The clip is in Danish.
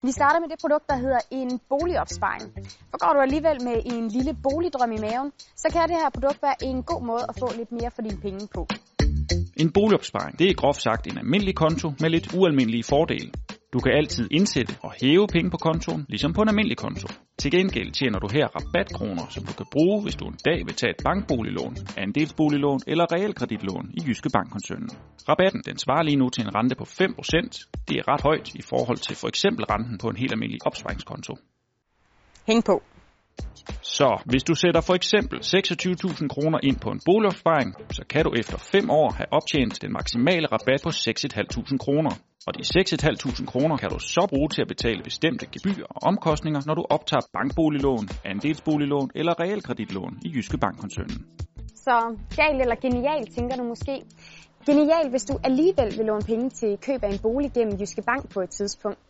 Vi starter med det produkt, der hedder en boligopsparing. For går du alligevel med en lille boligdrøm i maven, så kan det her produkt være en god måde at få lidt mere for dine penge på. En boligopsparing, det er groft sagt en almindelig konto med lidt ualmindelige fordele. Du kan altid indsætte og hæve penge på kontoen, ligesom på en almindelig konto. Til gengæld tjener du her rabatkroner, som du kan bruge, hvis du en dag vil tage et bankboliglån, andelsboliglån eller realkreditlån i Jyske Bank-koncernen. Rabatten den svarer lige nu til en rente på 5%. Det er ret højt i forhold til for eksempel renten på en helt almindelig opsparingskonto. Hæng på. Så hvis du sætter for eksempel 26.000 kroner ind på en boligopsparing, så kan du efter 5 år have optjent den maksimale rabat på 6.500 kroner. Og de 6.500 kroner kan du så bruge til at betale bestemte gebyrer og omkostninger, når du optager bankboliglån, andelsboliglån eller realkreditlån i Jyske Bank-koncernen. Så galt eller genialt, tænker du måske. Genialt, hvis du alligevel vil låne penge til køb af en bolig gennem Jyske Bank på et tidspunkt.